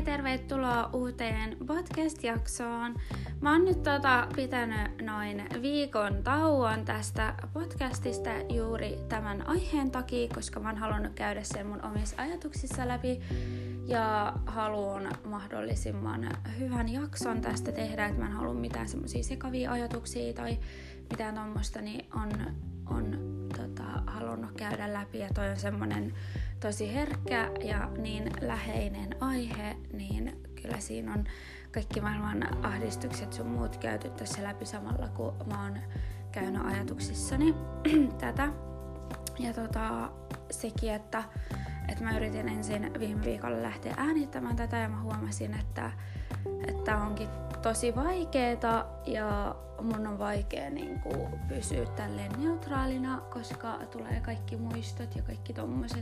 tervetuloa uuteen podcast-jaksoon. Mä oon nyt pitänyt noin viikon tauon tästä podcastista juuri tämän aiheen takia, koska mä oon halunnut käydä sen mun omissa ajatuksissa läpi ja haluan mahdollisimman hyvän jakson tästä tehdä, että mä en halua mitään semmosia sekavia ajatuksia tai mitään tommoista, niin on halunnut käydä läpi, ja toi on semmonen tosi herkkä ja niin läheinen aihe, niin kyllä siinä on kaikki maailman ahdistukset sun muut käyty tässä läpi samalla, kun mä oon käynyt ajatuksissani tätä. Ja sekin, että mä yritin ensin viime viikolla lähteä äänittämään tätä ja mä huomasin, että onkin tosi vaikeeta ja mun on vaikea pysyä tälleen neutraalina, koska tulee kaikki muistot ja kaikki tommoset,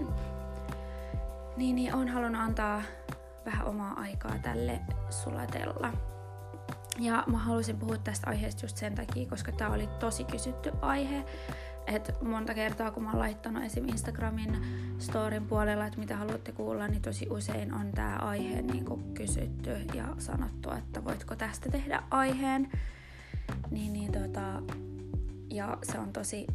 niin on halunnut antaa vähän omaa aikaa tälle sulatella. Ja mä halusin puhua tästä aiheesta just sen takia, koska tää oli tosi kysytty aihe. Et monta kertaa, kun mä oon laittanut esim. Instagramin storin puolella, että mitä haluatte kuulla, niin tosi usein on tää aihe kysytty ja sanottu, että voitko tästä tehdä aiheen. Ja se on tosi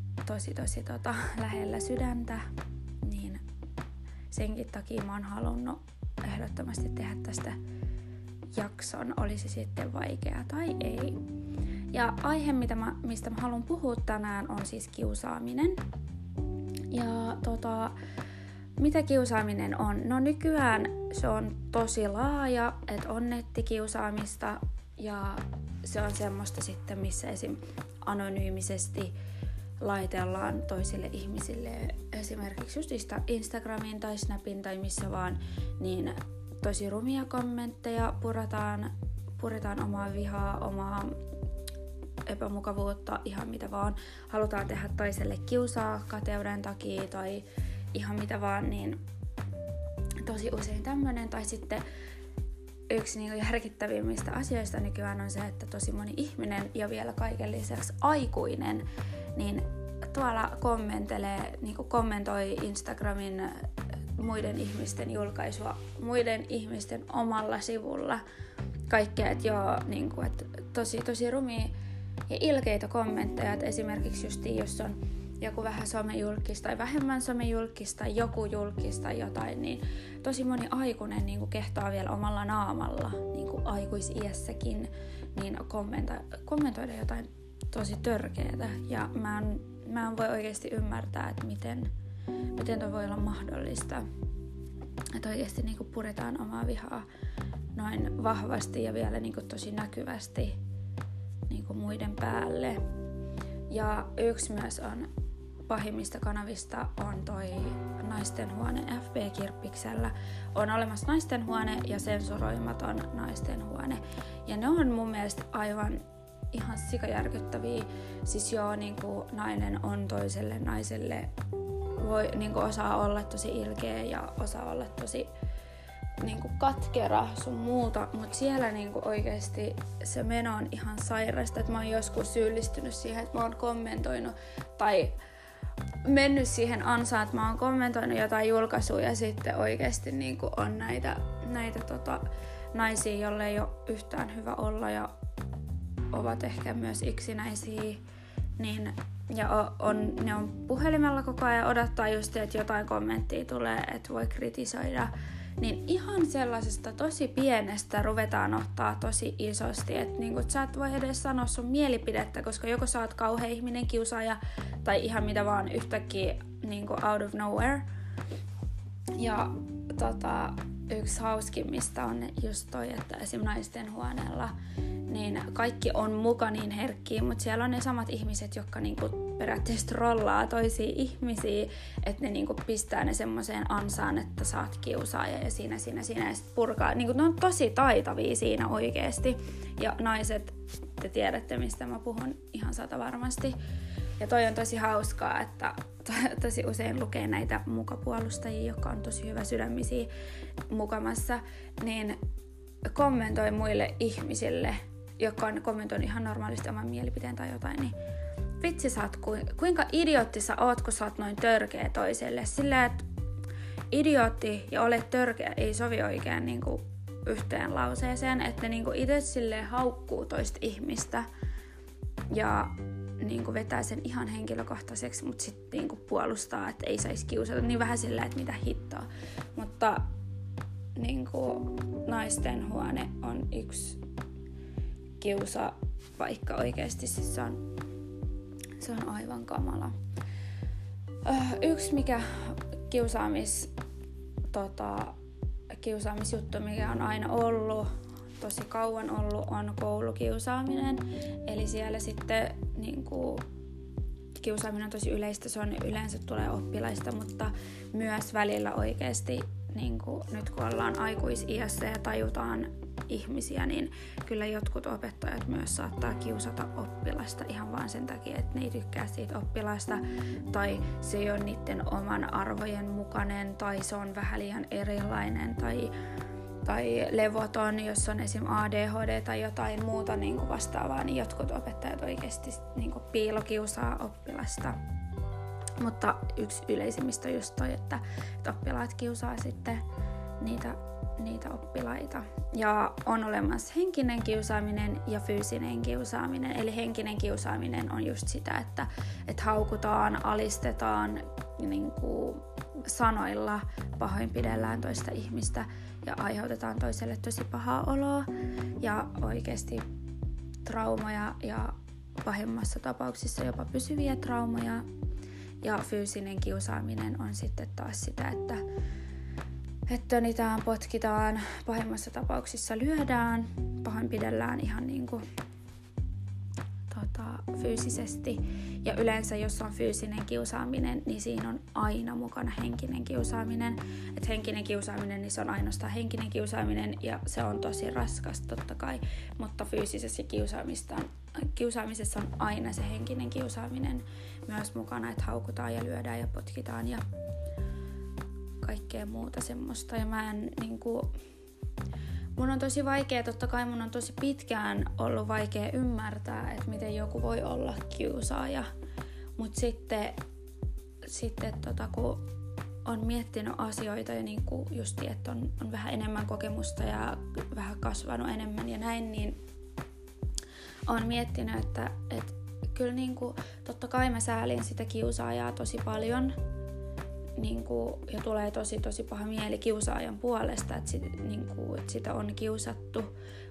lähellä sydäntä, niin senkin takia mä oon halunnut ehdottomasti tehdä tästä jakson, olisi sitten vaikea tai ei. Ja aihe, mistä mä haluan puhua tänään, on siis kiusaaminen. Ja mitä kiusaaminen on? No nykyään se on tosi laaja, että on nettikiusaamista ja se on semmoista sitten, missä esim. Anonyymisesti laitellaan toisille ihmisille esimerkiksi just Instagramin tai Snapin tai missä vaan, niin tosi rumia kommentteja, puretaan omaa vihaa, omaa epämukavuutta, ihan mitä vaan. Halutaan tehdä toiselle kiusaa kateuden takia tai ihan mitä vaan, niin tosi usein tämmönen. Tai sitten yksi järkittävimmistä asioista nykyään on se, että tosi moni ihminen ja vielä kaiken lisäksi aikuinen, niin tuolla kommentoi Instagramin muiden ihmisten julkaisua muiden ihmisten omalla sivulla kaikkea, että joo, että tosi rumia ja ilkeitä kommentteja, että esimerkiksi justiin, jos on joku vähän somejulkista tai vähemmän somejulkista tai joku julkista jotain, niin tosi moni aikuinen kehtaa vielä omalla naamalla aikuisiässäkin niin kommentoida jotain tosi törkeätä, ja mä en voi oikeasti ymmärtää, että miten toi voi olla mahdollista, että oikeasti puretaan omaa vihaa noin vahvasti ja vielä tosi näkyvästi muiden päälle. Ja yksi myös on pahimmista kanavista on toi naistenhuone FB-kirppiksellä. On olemassa naistenhuone ja sensuroimaton naistenhuone. Ja ne on mun mielestä aivan ihan sikajärkyttäviä. Siis joo, nainen on toiselle naiselle, voi osaa olla tosi ilkeä ja osaa olla tosi katkera sun muuta, mutta siellä oikeesti se meno on ihan sairasta, että mä oon joskus syyllistynyt siihen, että mä oon kommentoinut tai mennyt siihen ansaan, että mä oon kommentoinut jotain julkaisua ja sitten oikeesti on näitä naisia, joille ei ole yhtään hyvä olla ja ovat ehkä myös yksinäisiä, ja ne on puhelimella koko ajan, odottaa just, että jotain kommenttia tulee, että voi kritisoida. Niin ihan sellaisesta tosi pienestä ruvetaan ottaa tosi isosti, että sä et voi edes sanoa sun mielipidettä, koska joko sä oot kauhea ihminen, kiusaaja tai ihan mitä vaan yhtäkkiä out of nowhere. Ja yksi hauskimmista on just toi, että esim. Naistenhuoneella niin kaikki on muka niin herkkiä, mutta siellä on ne samat ihmiset, jotka periaatteessa trollaa toisia ihmisiä, että ne pistää ne semmoiseen ansaan, että sä oot kiusaaja ja siinä ja sit purkaa. Ne on tosi taitavia siinä oikeesti. Ja naiset, te tiedätte mistä mä puhun ihan varmasti. Ja toi on tosi hauskaa, että tosi usein lukee näitä mukapuolustajia, jotka on tosi hyvä sydämisiä mukamassa, niin kommentoi muille ihmisille, jotka on kommentoinut ihan normaalisti oman mielipiteen tai jotain, niin vitsi sä oot, kuinka idiootti sä oot, kun sä oot noin törkeä toiselle. Silleen, että idiootti ja olet törkeä ei sovi oikein niin kuin yhteen lauseeseen, että ne niin kuin itse silleen haukkuu toista ihmistä ja niin kuin vetää sen ihan henkilökohtaiseksi, mutta sitten niin kuin puolustaa, että ei saisi kiusata, niin vähän silleen, että mitä hittoa. Mutta niin kuin naisten huone on yksi kiusapaikka oikeasti, siis se on aivan kamala. Yksi mikä kiusaamisjuttu, mikä on aina ollut, tosi kauan ollut, on koulukiusaaminen. Eli siellä sitten niin kuin, kiusaaminen on tosi yleistä, se on yleensä tulee oppilaista, mutta myös välillä oikeasti, niin kuin, nyt kun ollaan aikuisiässä ja tajutaan ihmisiä, niin kyllä jotkut opettajat myös saattaa kiusata oppilasta ihan vaan sen takia, että ne ei tykkää siitä oppilasta, tai se ei ole niiden oman arvojen mukainen, tai se on vähän liian erilainen, tai levoton, jos on esim. ADHD tai jotain muuta niin kuin vastaavaa, niin jotkut opettajat oikeasti niin kuin piilokiusaa oppilasta. Mutta yksi yleisimmistä on just toi, että oppilaat kiusaa sitten niitä oppilaita. Ja on olemassa henkinen kiusaaminen ja fyysinen kiusaaminen. Eli henkinen kiusaaminen on just sitä, että haukutaan, alistetaan niin kuin sanoilla, pahoinpidellään toista ihmistä ja aiheutetaan toiselle tosi pahaa oloa ja oikeasti traumoja ja pahimmassa tapauksissa jopa pysyviä traumoja. Ja fyysinen kiusaaminen on sitten taas sitä, että tönitään, potkitaan, pahimmassa tapauksissa lyödään, pahoinpidellään ihan niinku, fyysisesti. Ja yleensä jos on fyysinen kiusaaminen, niin siinä on aina mukana henkinen kiusaaminen. Et henkinen kiusaaminen, niin se on ainoastaan henkinen kiusaaminen ja se on tosi raskas totta kai, mutta fyysisessä kiusaamisessa on aina se henkinen kiusaaminen myös mukana, että haukutaan ja lyödään ja potkitaan ja kaikkea muuta semmoista. Ja mun on tosi vaikea, totta kai mun on tosi pitkään ollut vaikea ymmärtää, että miten joku voi olla kiusaaja. Mut sitten kun on miettinyt asioita ja niinku justi, että on vähän enemmän kokemusta ja vähän kasvanut enemmän ja näin, niin on miettinyt, että kyllä niinku, totta kai mä säälin sitä kiusaajaa tosi paljon. Ja tulee tosi paha mieli kiusaajan puolesta, että sitä on kiusattu,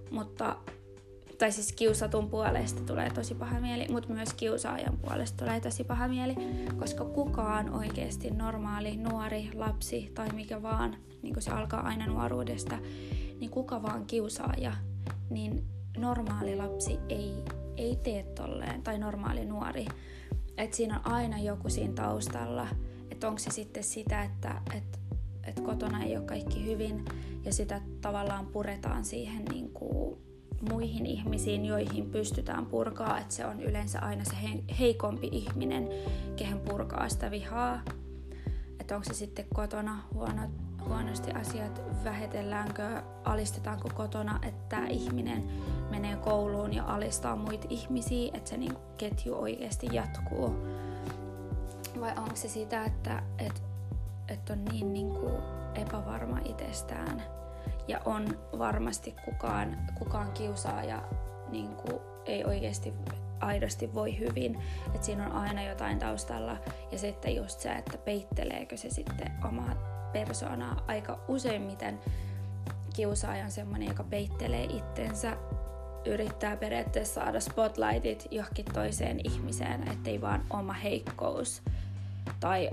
tai siis kiusatun puolesta tulee tosi paha mieli, mutta myös kiusaajan puolesta tulee tosi paha mieli, koska kukaan oikeasti normaali, nuori, lapsi tai mikä vaan, niin kuin se alkaa aina nuoruudesta, niin kuka vaan kiusaaja, niin normaali lapsi ei tee tolleen, tai normaali nuori. Että siinä on aina joku siinä taustalla. Että onko se sitten sitä, että kotona ei ole kaikki hyvin ja sitä tavallaan puretaan siihen niin kuin muihin ihmisiin, joihin pystytään purkaa. Että se on yleensä aina se heikompi ihminen, kehen purkaa sitä vihaa. Että onko se sitten kotona huonosti asiat, vähetelläänkö, alistetaanko kotona, että tämä ihminen menee kouluun ja alistaa muita ihmisiä, että se niin kuin ketju oikeasti jatkuu. Vai onko se sitä, että on niin kuin epävarma itsestään ja on varmasti kukaan kiusaaja niin kuin ei oikeasti aidosti voi hyvin, että siinä on aina jotain taustalla ja sitten just se, että peitteleekö se sitten omaa persoonaa. Aika useimmiten kiusaaja on semmoinen, joka peittelee itsensä, yrittää periaatteessa saada spotlightit johonkin toiseen ihmiseen, ettei vaan oma heikkous tai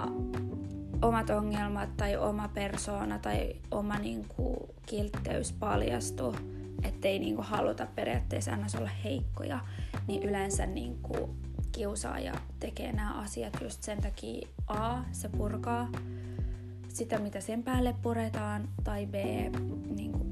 omat ongelmat tai oma persoona tai oma niinku kiltteys paljastu, ettei niinku haluta periaatteessa aina olla heikkoja, niin yleensä niinku kiusaaja tekee nämä asiat just sen takia se purkaa sitä, mitä sen päälle puretaan, tai B niinku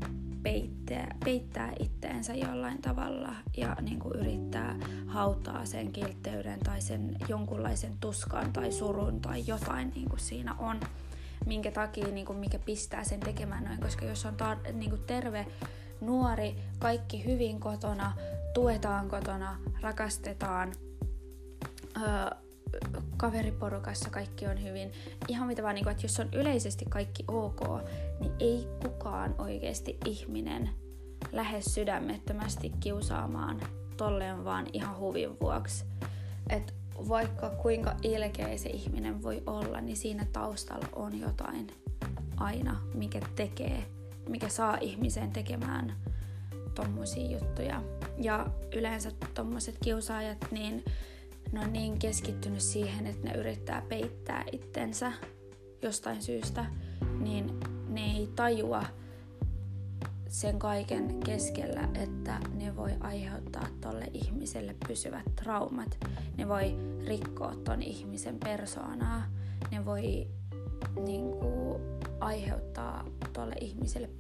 peittää itteensä jollain tavalla ja niinku yrittää hautaa sen kiltteyden tai sen jonkunlaisen tuskan tai surun tai jotain niinku siinä on, minkä takia niinku, mikä pistää sen tekemään noin, koska jos on niinku terve nuori, kaikki hyvin kotona, tuetaan kotona, rakastetaan, kaveriporukassa kaikki on hyvin. Ihan mitä vaan, että jos on yleisesti kaikki ok, niin ei kukaan oikeasti ihminen lähde sydämettömästi kiusaamaan tolleen vaan ihan huvin vuoksi. Et vaikka kuinka ilkeä se ihminen voi olla, niin siinä taustalla on jotain aina, mikä saa ihmisen tekemään tommosia juttuja. Ja yleensä tommoset kiusaajat, niin ne on niin keskittynyt siihen, että ne yrittää peittää itsensä jostain syystä, niin ne ei tajua sen kaiken keskellä, että ne voi aiheuttaa tolle ihmiselle pysyvät traumat. Ne voi rikkoa ton ihmisen persoonaa. Ne voi aiheuttaa tolle ihmiselle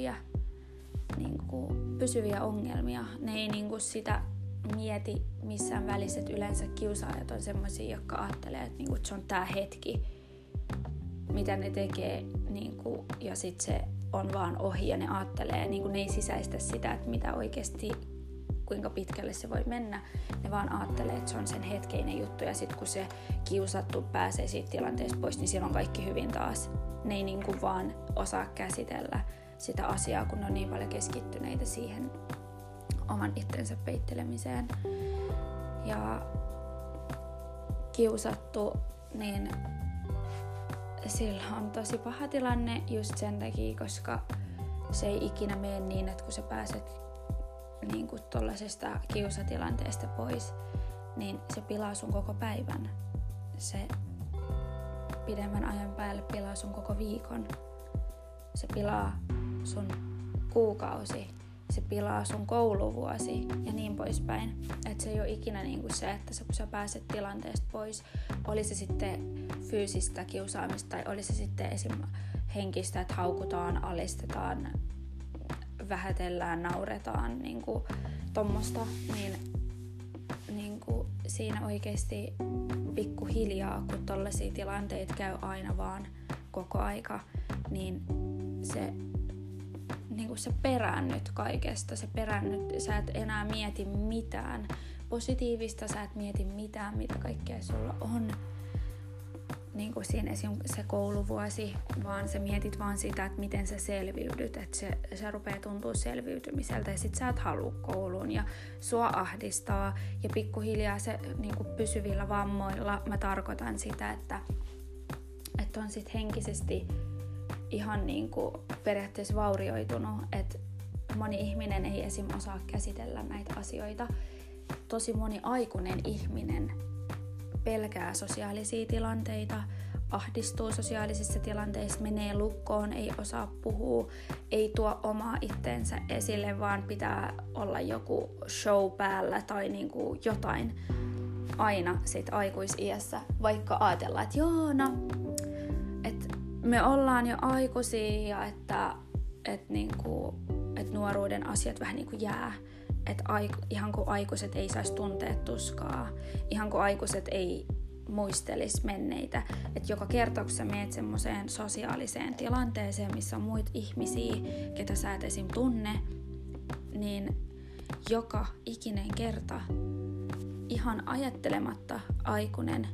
pysyviä ongelmia. Ne ei sitä mieti missään välissä, että yleensä kiusaajat on semmosia, jotka ajattelee, että se on tää hetki, mitä ne tekee, ja sit se on vaan ohi ja ne ajattelee, ne ei sisäistä sitä, että mitä oikeasti, kuinka pitkälle se voi mennä. Ne vaan ajattelee, että se on sen hetkeinen juttu ja sit kun se kiusattu pääsee siitä tilanteesta pois, niin siellä on kaikki hyvin taas. Ne ei vaan osaa käsitellä sitä asiaa, kun ne on niin paljon keskittyneitä siihen oman itsensä peittelemiseen. Ja kiusattu, niin sillä on tosi paha tilanne just sen takia, koska se ei ikinä mene niin, että kun sä pääset tollasesta kiusatilanteesta pois, niin se pilaa sun koko päivän. Se pidemmän ajan päälle pilaa sun koko viikon. Se pilaa sun kuukausi. Se pilaa sun kouluvuosi ja niin poispäin. Että se ei ole ikinä se, että kun sä pääset tilanteesta pois, oli se sitten fyysistä kiusaamista tai oli se sitten esim. Henkistä, että haukutaan, alistetaan, vähätellään, nauretaan, tommosta, niin siinä oikeasti pikkuhiljaa, kun tollaisia tilanteita käy aina vaan koko aika, niin sä peräännyt kaikesta, sä et enää mieti mitään positiivista, sä et mieti mitään, mitä kaikkea sulla on. Siinä esim. Se kouluvuosi, vaan sä mietit vaan sitä, että miten sä selviydyt, että se rupeaa tuntua selviytymiseltä ja sit sä et halua kouluun ja sua ahdistaa ja pikkuhiljaa se pysyvillä vammoilla mä tarkoitan sitä, että on sit henkisesti ihan periaatteessa vaurioitunut, että moni ihminen ei esim. Osaa käsitellä näitä asioita. Tosi moni aikuinen ihminen pelkää sosiaalisia tilanteita, ahdistuu sosiaalisissa tilanteissa, menee lukkoon, ei osaa puhua, ei tuo omaa itteensä esille, vaan pitää olla joku show päällä tai jotain aina sit aikuisiässä, vaikka ajatellaan, että joo, no, että me ollaan jo aikuisia ja että nuoruuden asiat vähän jää. Että ihan kuin aikuiset ei saisi tuntea tuskaa, ihan kuin aikuiset ei muistelisi menneitä. Että joka kerta, kun sä meet semmoiseen sosiaaliseen tilanteeseen, missä on muita ihmisiä, ketä sä et esim. Tunne, niin joka ikinen kerta ihan ajattelematta aikuinen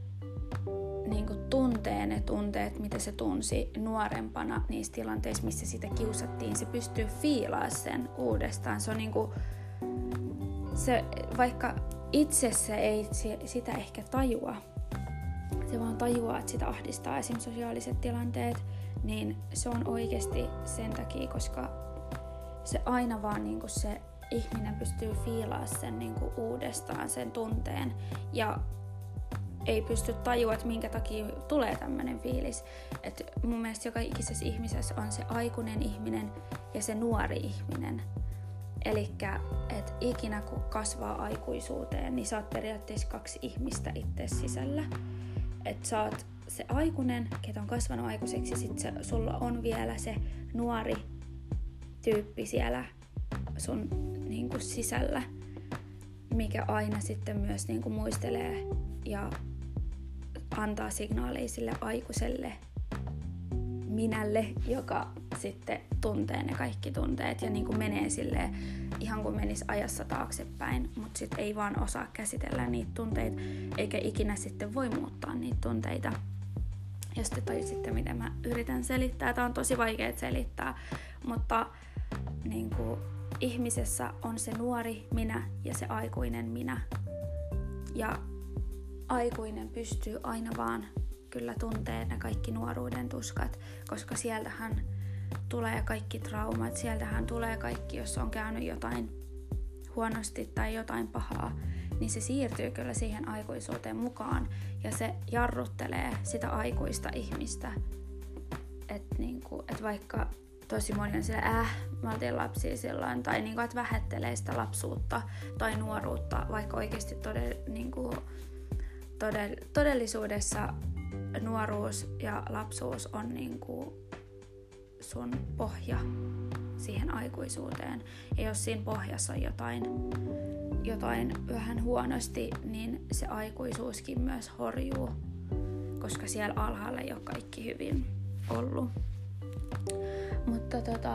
tuntee ne tunteet, mitä se tunsi nuorempana niissä tilanteissa, missä sitä kiusattiin. Se pystyy fiilaamaan sen uudestaan. Se on se, vaikka itse se ei sitä ehkä tajua, se vaan tajuaa, että sitä ahdistaa esim. Sosiaaliset tilanteet, niin se on oikeasti sen takia, koska se aina vaan se ihminen pystyy fiilaamaan sen uudestaan sen tunteen ja ei pysty tajua, että minkä takia tulee tämmöinen fiilis. Et mun mielestä joka ikisessä ihmisessä on se aikuinen ihminen ja se nuori ihminen. Elikkä, että ikinä kun kasvaa aikuisuuteen, niin sä oot periaatteessa kaksi ihmistä itse sisällä. Että sä oot se aikuinen, ketä on kasvanut aikuiseksi, sit sulla on vielä se nuori tyyppi siellä sun sisällä, mikä aina sitten myös muistelee ja antaa signaaleja sille aikuiselle minälle, joka sitten tuntee ne kaikki tunteet ja menee silleen ihan kuin menisi ajassa taaksepäin, mutta sitten ei vaan osaa käsitellä niitä tunteita, eikä ikinä sitten voi muuttaa niitä tunteita. Jos te tajusitte, miten mä yritän selittää, tää on tosi vaikea selittää, mutta niin kuin, ihmisessä on se nuori minä ja se aikuinen minä. Ja aikuinen pystyy aina vaan kyllä tuntee ne kaikki nuoruuden tuskat, koska sieltähän tulee kaikki traumat, sieltähän tulee kaikki, jos on käynyt jotain huonosti tai jotain pahaa, niin se siirtyy kyllä siihen aikuisuuteen mukaan ja se jarruttelee sitä aikuista ihmistä. Et vaikka tosi moni on sillä, mä oltiin lapsia silloin, tai niinku, että vähättelee sitä lapsuutta tai nuoruutta, vaikka oikeasti todellisuudessa nuoruus ja lapsuus on niinku sun pohja siihen aikuisuuteen. Ja jos siinä pohjassa on jotain vähän huonosti, niin se aikuisuuskin myös horjuu, koska siellä alhaalla ei ole kaikki hyvin ollut. Mutta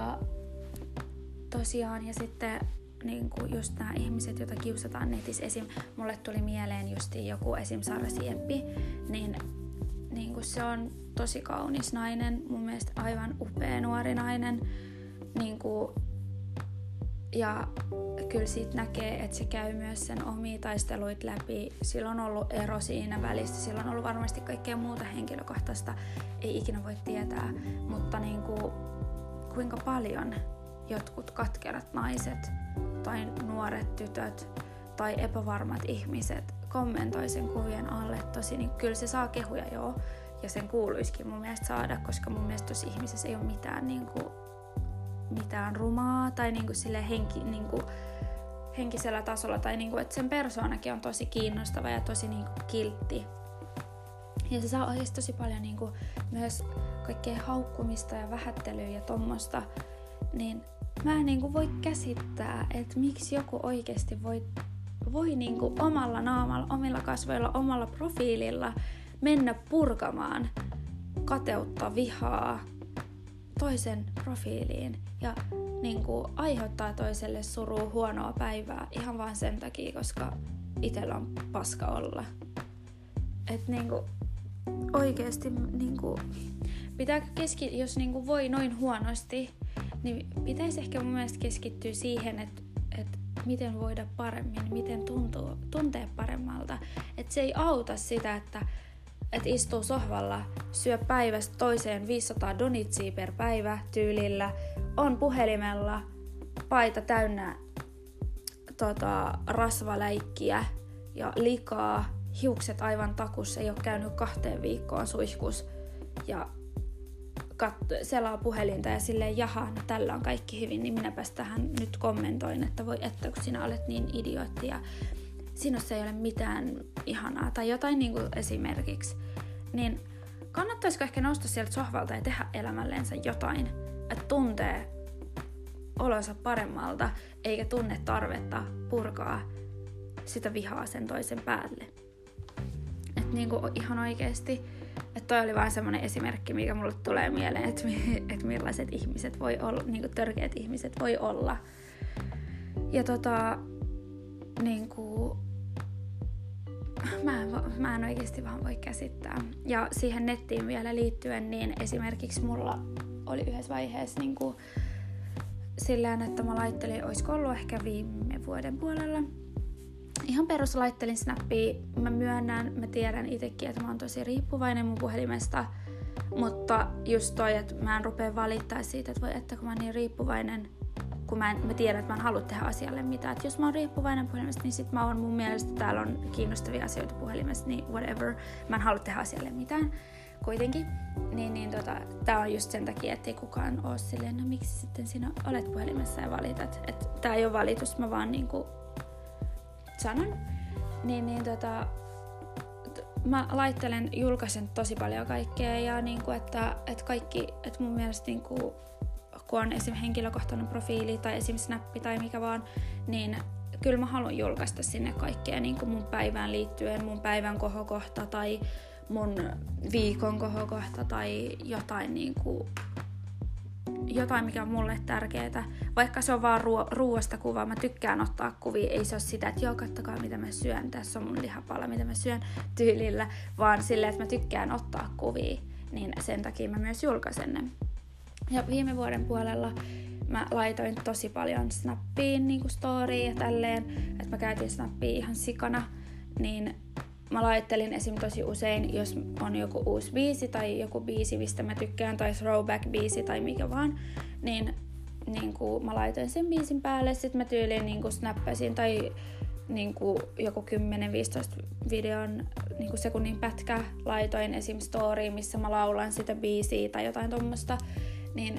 tosiaan, ja sitten niinku just nämä ihmiset, joita kiusataan netissä, esim. Mulle tuli mieleen justiin joku esim. Sara Sieppi, niin niinku se on tosi kaunis nainen, mun mielestä aivan upea nuori nainen, niinku, ja kyllä siitä näkee, että se käy myös sen omia taisteluita läpi. Sillä on ollut ero siinä välissä, sillä on ollut varmasti kaikkea muuta henkilökohtaista, ei ikinä voi tietää, mutta niinku, kuinka paljon jotkut katkerat naiset tai nuoret tytöt tai epävarmat ihmiset kommentoi sen kuvien alle tosi, niin kyllä se saa kehuja joo, ja sen kuuluisikin mun mielestä saada, koska mun mielestä tuossa ihmisessä ei ole mitään rumaa tai niinku sille henkisellä tasolla, tai niinku, että sen persoonakin on tosi kiinnostava ja tosi niinku kiltti. Ja se saa oikeasti tosi paljon niinku myös kaikkea haukkumista ja vähättelyä ja tommosta, niin mä en niinku voi käsittää, että miksi joku oikeasti voi niinku omalla naamalla, omilla kasvoilla, omalla profiililla mennä purkamaan kateutta, vihaa toisen profiiliin ja niinku aiheuttaa toiselle surua, huonoa päivää ihan vaan sen takia, koska itsellä on paska olla. Et niinku oikeesti niinku pitääkö jos niinku voi noin huonosti, niin pitäisi ehkä mun mielestä keskittyä siihen, että miten voida paremmin, miten tuntee paremmalta. Että se ei auta sitä, että istuu sohvalla, syö päivästä toiseen 500 donitsia per päivä tyylillä, on puhelimella, paita täynnä rasvaläikkiä ja likaa, hiukset aivan takussa, ei ole käynyt 2 viikkoon suihkus ja selaa puhelinta ja silleen, jaha, no tällä on kaikki hyvin, niin minäpäs tähän nyt kommentoin, että voi että kun sinä olet niin idiootti ja sinussa ei ole mitään ihanaa tai jotain niin kuin esimerkiksi, niin kannattaisiko ehkä nousta sieltä sohvalta ja tehdä elämällensä jotain, että tuntee olonsa paremmalta eikä tunne tarvetta purkaa sitä vihaa sen toisen päälle. Että niin kuin ihan oikeesti, että toi oli vaan semmoinen esimerkki, mikä mulle tulee mieleen, että millaiset ihmiset voi olla, niin kuin törkeät ihmiset voi olla. Ja niin kuin mä en oikeesti vaan voi käsittää. Ja siihen nettiin vielä liittyen, niin esimerkiksi mulla oli yhdessä vaiheessa niin kuin sillään, että mä laittelin, oisko ollut ehkä viime vuoden puolella. Ihan perus laittelin snappia, mä myönnän, mä tiedän itsekin, että mä oon tosi riippuvainen mun puhelimesta, mutta just toi, että mä en rupea valittaa siitä, että voi että kun mä oon niin riippuvainen, kun mä tiedän, että mä en halua tehdä asialle mitään. Että jos mä oon riippuvainen puhelimesta, niin sit mä oon mun mielestä, täällä on kiinnostavia asioita puhelimesta, niin whatever, mä en halua tehdä asialle mitään. Kuitenkin, tää on just sen takia, ettei kukaan oo silleen, no miksi sitten sinä olet puhelimessa ja valitat. Että tää ei oo valitus, mä vaan niinku sanon. Mä julkaisen tosi paljon kaikkea ja niinku, että kaikki, että mun mielestä niinku, kun on esim. Henkilökohtainen profiili tai esim. Snappi tai mikä vaan, niin kyllä mä haluan julkaista sinne kaikkea niinku mun päivään liittyen, mun päivän kohokohta tai mun viikon kohokohta tai jotain niinku jotain, mikä on mulle tärkeää. Vaikka se on vaan ruoasta kuva, mä tykkään ottaa kuvia. Ei se ole sitä, että joo, kattokaa mitä mä syön, tässä on mun lihapala, mitä mä syön tyylillä. Vaan silleen, että mä tykkään ottaa kuvia, niin sen takia mä myös julkaisen ne. Ja viime vuoden puolella mä laitoin tosi paljon Snappiin niin kuin storyin ja tälleen, että mä käytin Snappia ihan sikana, niin mä laittelin esim. Tosi usein, jos on joku uusi biisi tai joku biisi, mistä mä tykkään, tai throwback-biisi tai mikä vaan, niin kuin mä laitoin sen biisin päälle, sit mä tyyliin niin kuin snappasin tai niin kuin joku 10-15 videon niin kuin sekunnin pätkä laitoin esim. Storyin, missä mä laulan sitä biisiä tai jotain tommosta, niin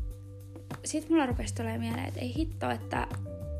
sit mulla rupesi tulemaan mieleen, että ei hitto, että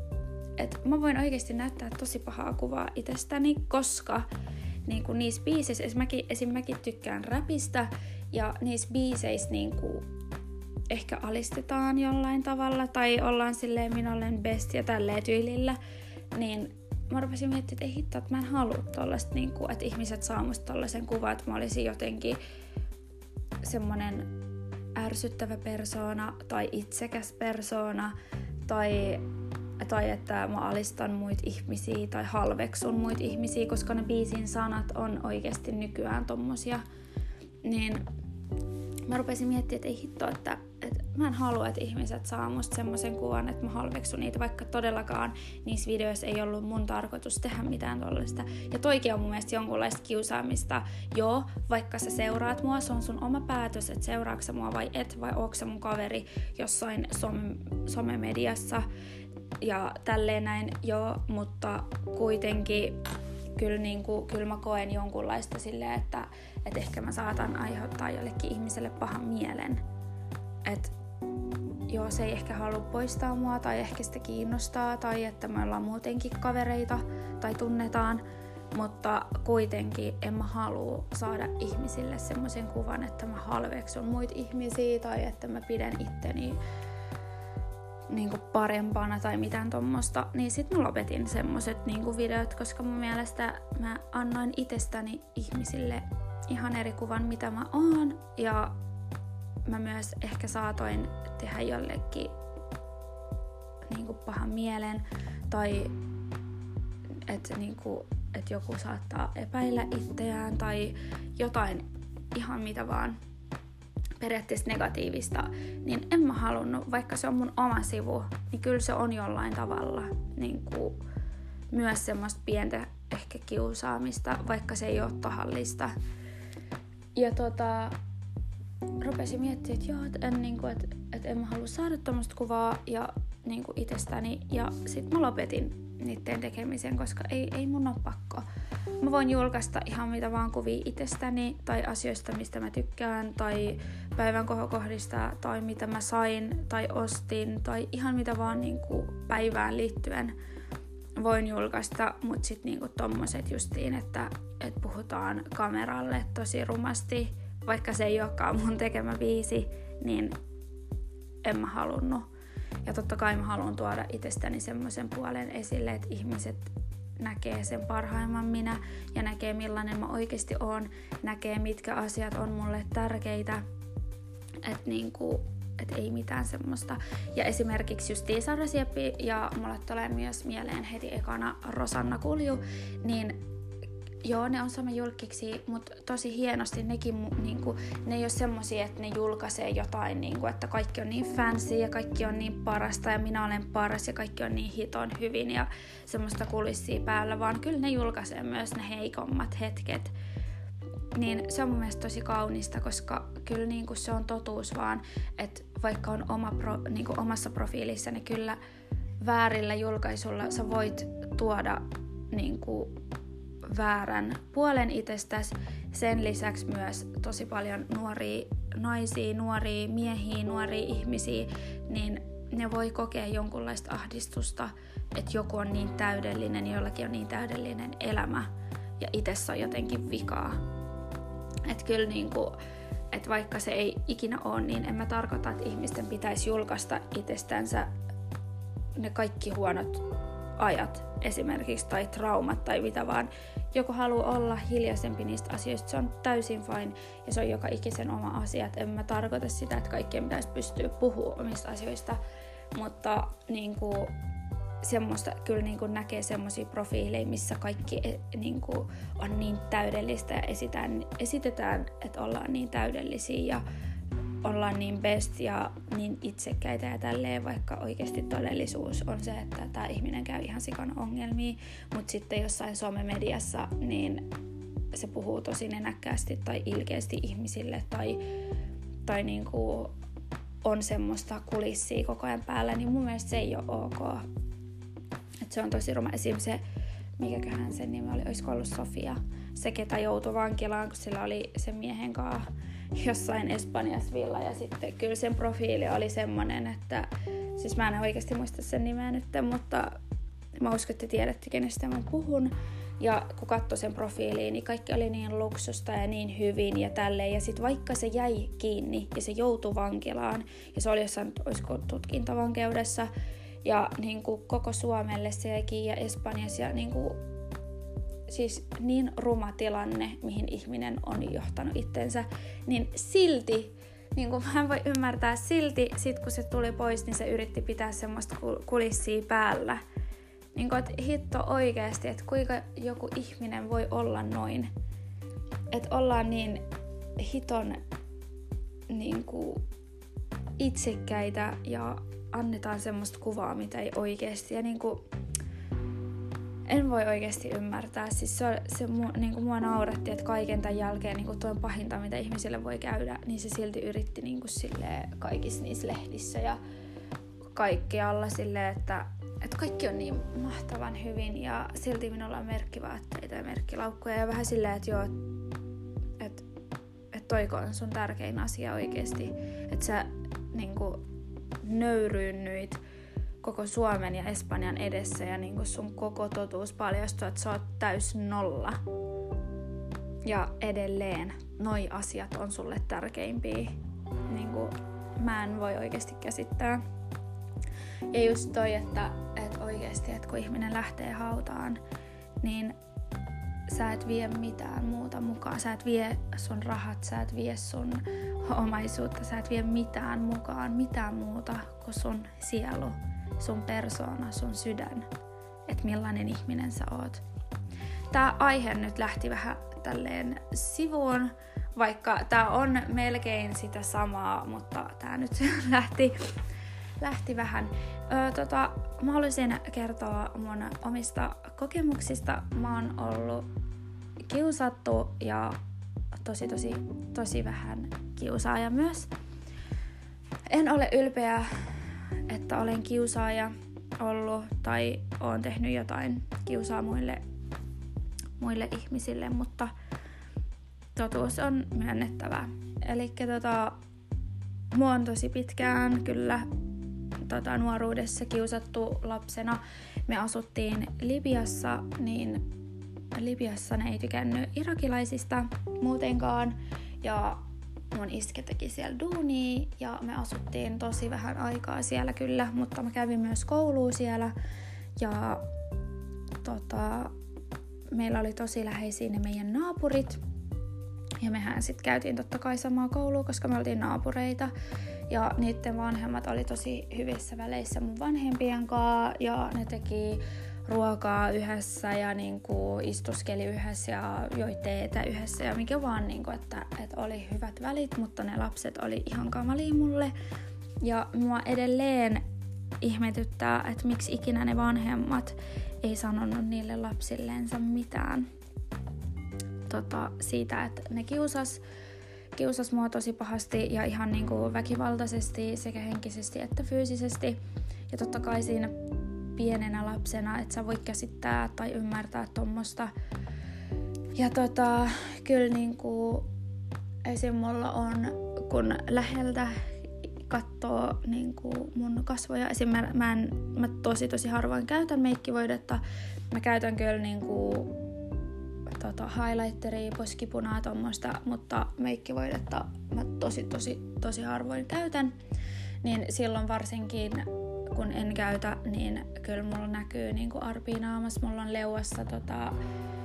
mä voin oikeasti näyttää tosi pahaa kuvaa itsestäni, koska niin kuin niissä biiseissä, esim. Mäkin tykkään räpistä, ja niissä biiseissä niin kuin ehkä alistetaan jollain tavalla, tai ollaan silleen minä olen best ja tälleen tyylillä, niin mä rupesin miettimään, että ei hitto, että mä en halua tollaista, niin kuin, että ihmiset saa musta tollaisen kuvan, että mä olisin jotenkin semmonen ärsyttävä persoona tai itsekäs persoona tai että mä alistan muita ihmisiä tai halveksun muita ihmisiä, koska ne biisin sanat on oikeasti nykyään tommosia. Niin mä rupesin miettimään, että ei hitto, että mä en halua, että ihmiset saa musta semmoisen kuvan, että mä halveksun niitä, vaikka todellakaan niissä videoissa ei ollut mun tarkoitus tehdä mitään tollaista. Ja toikin on mun mielestä jonkunlaista kiusaamista. Joo, vaikka sä seuraat mua, se on sun oma päätös, että seuraatko sä mua vai et, vai ootko sä mun kaveri jossain somemediassa ja tälleen näin, joo, mutta kuitenkin kyllä mä koen jonkunlaista silleen, että ehkä mä saatan aiheuttaa jollekin ihmiselle pahan mielen. Että joo, se ei ehkä halua poistaa mua tai ehkä sitä kiinnostaa tai että me ollaan muutenkin kavereita tai tunnetaan, mutta kuitenkin en mä halua saada ihmisille semmoisen kuvan, että mä halveksun muita ihmisiä tai että mä pidän itteni niinku parempana tai mitään tommosta, niin sit mä lopetin semmoset niinku videot, koska mun mielestä mä annoin itsestäni ihmisille ihan eri kuvan, mitä mä oon, ja mä myös ehkä saatoin tehdä jollekin niinku pahan mielen, tai että niinku, et joku saattaa epäillä itseään, tai jotain ihan mitä vaan periaatteessa negatiivista, niin en mä halunnut, vaikka se on mun oma sivu, niin kyllä se on jollain tavalla niin kuin myös semmoista pientä ehkä kiusaamista, vaikka se ei ole tahallista. Ja rupesin miettimään, että joo, että en mä halua saada tommoista kuvaa ja niin kuin itsestäni, ja sit mä lopetin niiden tekemisen, koska ei mun ole pakko. Mä voin julkaista ihan mitä vaan kuvia itsestäni tai asioista, mistä mä tykkään tai päivän kohokohdista tai mitä mä sain tai ostin tai ihan mitä vaan niinku päivään liittyen voin julkaista, mut sit niinku tommoset justiin, että puhutaan kameralle tosi rumasti, vaikka se ei olekaan mun tekemä biisi, niin en mä halunnut. Ja totta kai mä haluan tuoda itsestäni semmoisen puolen esille, että ihmiset näkee sen parhaimman minä ja näkee millainen mä oikeasti oon, näkee mitkä asiat on mulle tärkeitä, että niinku, et ei mitään semmoista. Ja esimerkiksi just Sara Sieppi ja mulle tulee myös mieleen heti ekana Rosanna Kulju, niin joo, ne on somejulkkiksi, mutta tosi hienosti nekin, niinku, ne ei ole semmosia, että ne julkaisee jotain, niinku, että kaikki on niin fancy ja kaikki on niin parasta ja minä olen paras ja kaikki on niin hiton hyvin ja semmoista kulissia päällä, vaan kyllä ne julkaisee myös ne heikommat hetket. Niin se on mun mielestä tosi kaunista, koska kyllä niinku se on totuus vaan, että vaikka on niinku omassa profiilissa, niin kyllä väärillä julkaisulla sä voit tuoda niinku väärän puolen itsestäsi. Sen lisäksi myös tosi paljon nuoria naisia, nuoria miehiä, nuoria ihmisiä, niin ne voi kokea jonkunlaista ahdistusta, että joku on niin täydellinen, jollakin on niin täydellinen elämä ja itsessä on jotenkin vikaa. Että kyllä niinku, että vaikka se ei ikinä ole, niin en mä tarkoita, että ihmisten pitäisi julkaista itsestänsä ne kaikki huonot ajat esimerkiksi tai traumat tai mitä vaan. joku haluaa olla hiljaisempi niistä asioista, se on täysin fine ja se on joka ikisen oma asia. Et en mä tarkoita sitä, että kaikkien pitäisi pystyä puhumaan omista asioista, mutta niinku, semmoista kyllä niinku näkee semmoisia profiileja, missä kaikki niinku on niin täydellistä ja esitetään, että ollaan niin täydellisiä ja ollaan niin best ja niin itsekkäitä ja tälleen, vaikka oikeasti todellisuus on se, että tämä ihminen käy ihan sikana ongelmia, mutta sitten jossain somemediassa niin se puhuu tosi nenäkkäästi tai ilkeästi ihmisille tai niinku on semmoista kulissia koko ajan päällä, niin mun mielestä se ei ole ok. Et se on tosi ruma. Esim. Se, mikäköhän sen nimi oli, olisiko ollut Sofia, se ketä joutui vankilaan, kun sillä oli sen miehen kanssa jossain Espanjassa villa, ja sitten kyllä sen profiili oli semmonen, että siis mä en oikeasti muista sen nimeä nyt, mutta mä uskon, että tiedätte, kenestä mä puhun. Ja kun katsoi sen profiiliin, niin kaikki oli niin luksusta ja niin hyvin ja tälleen. Ja sitten vaikka se jäi kiinni ja se joutui vankilaan, ja se oli jossain, olisiko tutkintavankeudessa, ja niin kuin koko Suomelle se jäi kiinni ja Espanjassa, ja niin kuin, siis niin ruma tilanne, mihin ihminen on johtanut itsensä, niin silti, niin kuin mä en voi ymmärtää, silti sit kun se tuli pois, niin se yritti pitää semmoista kulissia päällä. Niin kuin, että hitto oikeasti, että kuinka joku ihminen voi olla noin. Että ollaan niin hiton niin kuin itsekkäitä ja annetaan semmoista kuvaa, mitä ei oikeasti. Ja niin kuin, en voi oikeasti ymmärtää. Siis se niin kuin mua nauratti, että kaiken tämän jälkeen niin kuin tuo pahinta, mitä ihmisille voi käydä, niin se silti yritti niin kuin silleen kaikissa niissä lehdissä ja kaikkialla silleen, että kaikki on niin mahtavan hyvin ja silti minulla on merkkivaatteita ja merkkilaukkuja ja vähän silleen, että joo, että toiko on sun tärkein asia oikeesti, että sä niinku nöyryynnyit koko Suomen ja Espanjan edessä ja niinku sun koko totuus paljastui, että sä oot täys nolla ja edelleen noi asiat on sulle tärkeimpiä. Niinku, mä en voi oikeesti käsittää. Ja just toi, että oikeesti, että kun ihminen lähtee hautaan, niin sä et vie mitään muuta mukaan. Sä et vie sun rahat, sä et vie sun omaisuutta, sä et vie mitään mukaan, mitään muuta kuin sun sielu, sun persoona, sun sydän. Että millainen ihminen sä oot. Tää aihe nyt lähti vähän tälleen sivuun, vaikka tää on melkein sitä samaa, mutta tää nyt lähti vähän. Mä haluaisin kertoa mun omista kokemuksista. Mä oon ollut kiusattu ja tosi vähän kiusaaja myös. En ole ylpeä, että olen kiusaaja ollut tai oon tehnyt jotain kiusaa muille ihmisille, mutta totuus on myönnettävä. Elikkä mua on tosi pitkään kyllä nuoruudessa kiusattu lapsena. Me asuttiin Libyassa, niin Libyassa ne ei tykännyt irakilaisista muutenkaan. Ja mun iskä teki siellä duunia ja me asuttiin tosi vähän aikaa siellä kyllä, mutta mä kävin myös koulua siellä. Ja meillä oli tosi läheisiä ne meidän naapurit. Ja mehän sitten käytiin totta kai samaa koulua, koska me oltiin naapureita. Ja niiden vanhemmat oli tosi hyvissä väleissä mun vanhempien kanssa. Ja ne teki ruokaa yhdessä ja niinku istuskeli yhdessä ja joi teetä yhdessä. Ja mikä vaan, niinku, että oli hyvät välit, mutta ne lapset oli ihan kamalia mulle. Ja mua edelleen ihmetyttää, että miksi ikinä ne vanhemmat ei sanonut niille lapsilleensa mitään. Siitä, että ne kiusas mua tosi pahasti ja ihan niinku väkivaltaisesti sekä henkisesti että fyysisesti. Ja totta kai siinä pienenä lapsena, että sä voit käsittää tai ymmärtää tommosta. Ja kyllä niinku esim. Mulla on, kun läheltä katsoo niinku mun kasvoja, esim. Mä tosi harvoin käytän meikkivoidetta. Mä käytän kyllä niinku highlighteria, poskipunaa tommoista, mutta meikkivoidetta mä tosi harvoin käytän. Niin silloin varsinkin, kun en käytä, niin kyllä mulla näkyy niinku arpia naamassa. Mulla on leuassa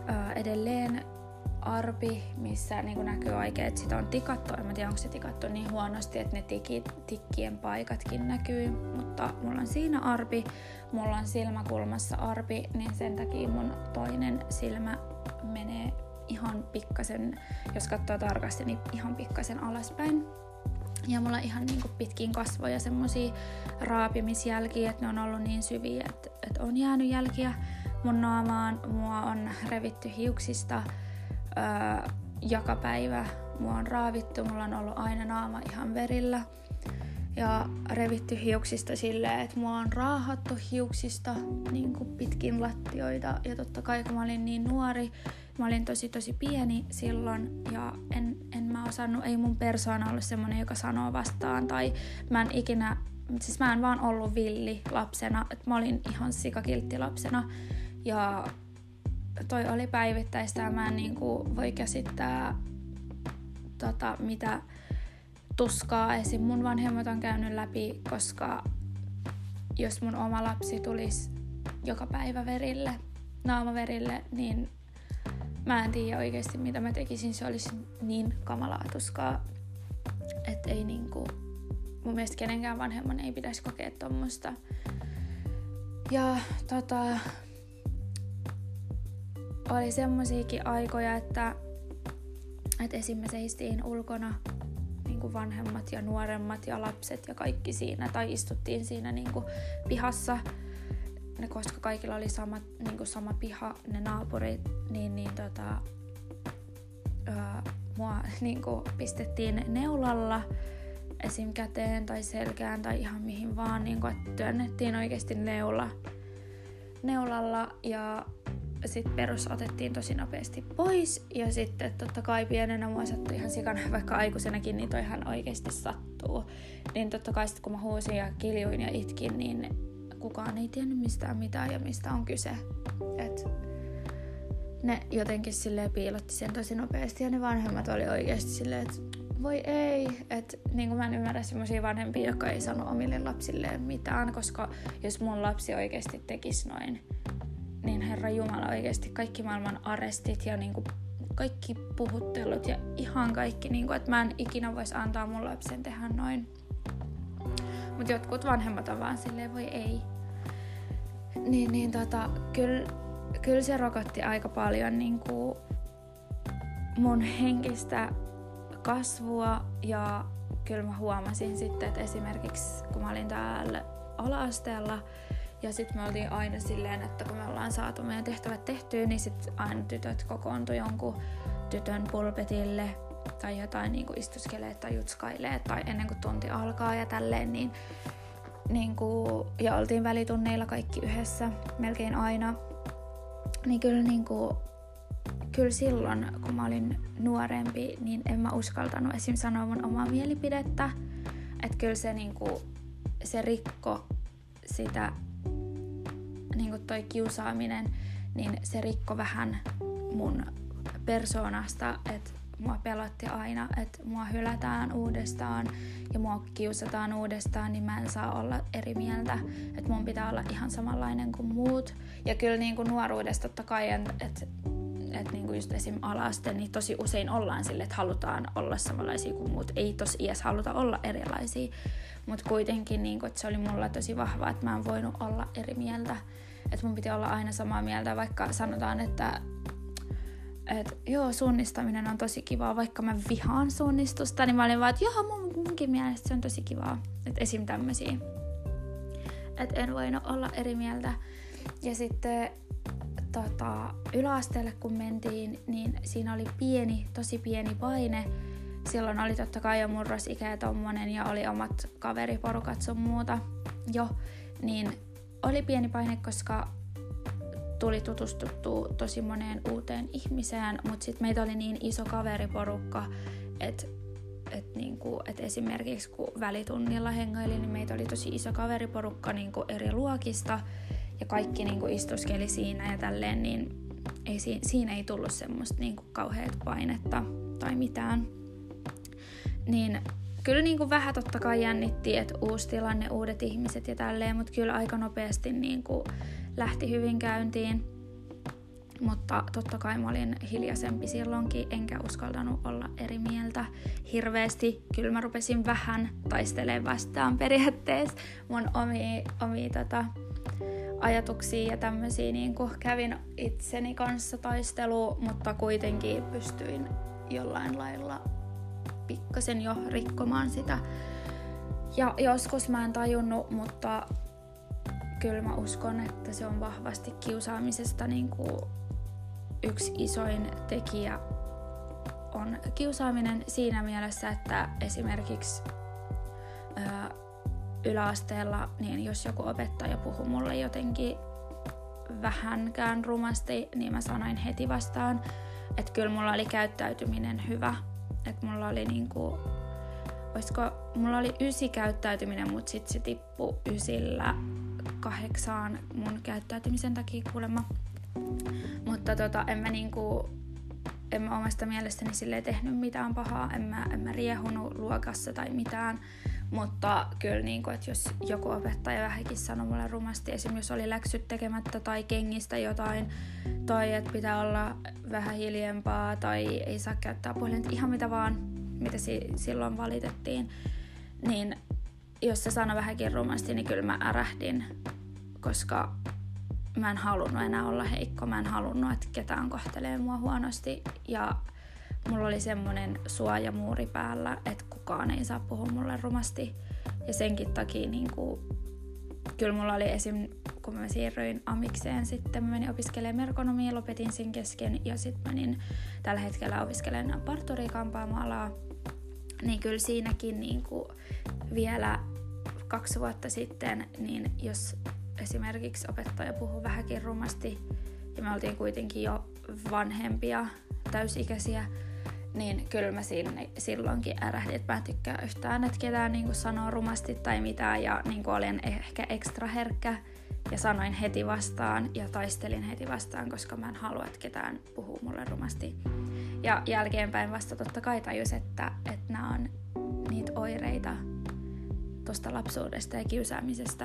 edelleen arpi, missä niin näkyy oikein, että sitä on tikattu. En tiedä, onko se tikattu niin huonosti, että ne tikkien paikatkin näkyy. Mutta mulla on siinä arpi, mulla on silmäkulmassa arpi, niin sen takia mun toinen silmä menee ihan pikkasen, jos katsoo tarkasti, niin ihan pikkasen alaspäin. Ja mulla on ihan niinku pitkin kasvoja semmosia raapimisjälkiä, että ne on ollut niin syviä, että on jäänyt jälkiä mun naamaan. Mua on revitty hiuksista joka päivä. Mua on raavittu, mulla on ollut aina naama ihan verillä. Ja revitty hiuksista silleen, että mua on raahattu hiuksista niinku pitkin lattioita. Ja totta kai kun mä olin niin nuori, mä olin tosi pieni silloin ja en mä osannut, ei mun persoona ollut semmonen, joka sanoo vastaan. Tai mä en vaan ollut villi lapsena, että mä olin ihan sikakiltti lapsena. Ja toi oli päivittäistä ja mä en niinku voi käsittää mitä tuskaa esim. Mun vanhemmat on käynyt läpi, koska jos mun oma lapsi tulisi joka päivä verille, naamaverille, niin mä en tiedä oikeesti mitä mä tekisin. Se olisi niin kamalaa tuskaa, että ei niinku, mun mielestä kenenkään vanhemman ei pitäisi kokea tommoista. Ja oli semmosiakin aikoja, että esim. Me seistiin ulkona niinku vanhemmat ja nuoremmat ja lapset ja kaikki siinä, tai istuttiin siinä niinku pihassa, koska kaikilla oli sama piha, ne naapurit, mua niinku pistettiin neulalla esim. Käteen tai selkään tai ihan mihin vaan, niinku, että työnnettiin oikeasti neulalla ja sitten perus otettiin tosi nopeasti pois ja sitten totta kai pienenä mua sattui ihan sikana, vaikka aikuisenakin niin toihan oikeasti sattuu. Niin totta kai sitten kun mä huusin ja kiljuin ja itkin, niin kukaan ei tiennyt mistään mitään ja mistä on kyse. Et ne jotenkin silleen piilotti sen tosi nopeasti ja ne vanhemmat oli oikeasti silleen, että voi ei. Että niin mä en ymmärrä semmosia vanhempia, jotka ei sano omille lapsilleen mitään, koska jos mun lapsi oikeasti tekisi noin, niin Herra Jumala oikeasti kaikki maailman arestit ja niinku kaikki puhuttelut ja ihan kaikki, niinku, että mä en ikinä vois antaa mun lapsen tehdä noin. Mut jotkut vanhemmat on vaan silleen, voi ei. Kyllä se rokotti aika paljon niinku mun henkistä kasvua ja kyllä mä huomasin sitten, että esimerkiksi kun mä olin täällä ala-asteella, ja sitten me oltiin aina silleen, että kun me ollaan saatu meidän tehtävät tehtyä, niin sitten aina tytöt kokoontui jonkun tytön pulpetille tai jotain niin kuin istuskelee tai jutskailee tai ennen kuin tunti alkaa ja tälleen. Ja oltiin välitunneilla kaikki yhdessä melkein aina. Niin kyllä silloin, kun mä olin nuorempi, niin en mä uskaltanut esim. Sanoa mun omaa mielipidettä. Että kyllä se rikko sitä niinku toi kiusaaminen, niin se rikko vähän mun persoonasta, että mua pelotti aina, että mua hylätään uudestaan ja mua kiusataan uudestaan, niin mä en saa olla eri mieltä, että mun pitää olla ihan samanlainen kuin muut. Ja kyllä niinku nuoruudessa totta kai, että niinku just esim. Ala-aste, niin tosi usein ollaan sille, että halutaan olla samanlaisia kuin muut. Ei tosi iäs haluta olla erilaisia. Mutta kuitenkin niin että se oli mulla tosi vahva, että mä en voinut olla eri mieltä. Että mun piti olla aina samaa mieltä, vaikka sanotaan, että joo, suunnistaminen on tosi kivaa. Vaikka mä vihaan suunnistusta, niin mä olin vaan, että joo, munkin mielestä se on tosi kivaa. Että esim. Tämmösiä. Että en voinut olla eri mieltä. Ja sitten yläasteelle kun mentiin, niin siinä oli tosi pieni paine. Silloin oli totta kai jo murrosikä ja tommonen ja oli omat kaveriporukat sun muuta jo, niin oli pieni paine, koska tuli tutustuttua tosi moneen uuteen ihmiseen, mutta sitten meitä oli niin iso kaveriporukka, että esimerkiksi kun välitunnilla hengaili, niin meitä oli tosi iso kaveriporukka niinku eri luokista ja kaikki niinku istuskeli siinä ja tälleen, niin siinä ei tullut semmoista niinku kauheat painetta tai mitään. Niin kyllä niinku vähän totta kai jännitti, että uusi tilanne, uudet ihmiset ja tälleen, mutta kyllä aika nopeasti niinku lähti hyvin käyntiin. mutta totta kai mä olin hiljaisempi silloinkin, enkä uskaltanut olla eri mieltä hirveästi. Kyllä mä rupesin vähän taistelemaan vastaan periaatteessa mun omia ajatuksia ja tämmöisiä, niin kävin itseni kanssa taistelua, mutta kuitenkin pystyin jollain lailla pikkasen jo rikkomaan sitä. Ja joskus mä en tajunnut, mutta kyllä mä uskon, että se on vahvasti kiusaamisesta niin kuin yksi isoin tekijä on kiusaaminen siinä mielessä, että esimerkiksi yläasteella, niin jos joku opettaja puhui mulle jotenkin vähänkään rumasti, niin mä sanoin heti vastaan, että kyllä mulla oli käyttäytyminen hyvä. Että mulla oli niinku, mulla oli 9 käyttäytyminen, mutta sit se tippui 9-8 mun käyttäytymisen takia kuulemma. Mutta en mä omasta mielestäni silleen tehnyt mitään pahaa, en mä riehunut luokassa tai mitään. Mutta kyllä, niin kuin, että jos joku opettaja vähänkin sanoi mulle rumasti, esimerkiksi jos oli läksyt tekemättä tai kengistä jotain, tai että pitää olla vähän hiljempaa, tai ei saa käyttää puhelinta, ihan mitä vaan, mitä silloin valitettiin, niin jos se sanoi vähänkin rumasti, niin kyllä mä ärähdin, koska mä en halunnut enää olla heikko, mä en halunnut, että ketään kohtelee mua huonosti, ja mulla oli semmonen suojamuuri päällä, että kukaan ei saa puhua mulle rumasti. Ja senkin takia kyllä mulla oli esim. Kun mä siirryin amikseen, sitten mä menin opiskelemaan merkonomia, lopetin sen kesken ja sitten menin tällä hetkellä opiskelemaan parturi-kampaamoalaa. Niin kyllä siinäkin vielä 2 vuotta sitten, niin jos esimerkiksi opettaja puhui vähänkin rumasti ja me oltiin kuitenkin jo vanhempia, täysikäisiä, niin kyllä mä silloinkin ärähdin, että mä en tykkää yhtään, että ketään sanoo rumasti tai mitään, ja olin ehkä ekstra herkkä ja sanoin heti vastaan ja taistelin heti vastaan, koska mä en halua, että ketään puhuu mulle rumasti. Ja jälkeenpäin vasta totta kai tajus, että nämä on niitä oireita tosta lapsuudesta ja kiusaamisesta.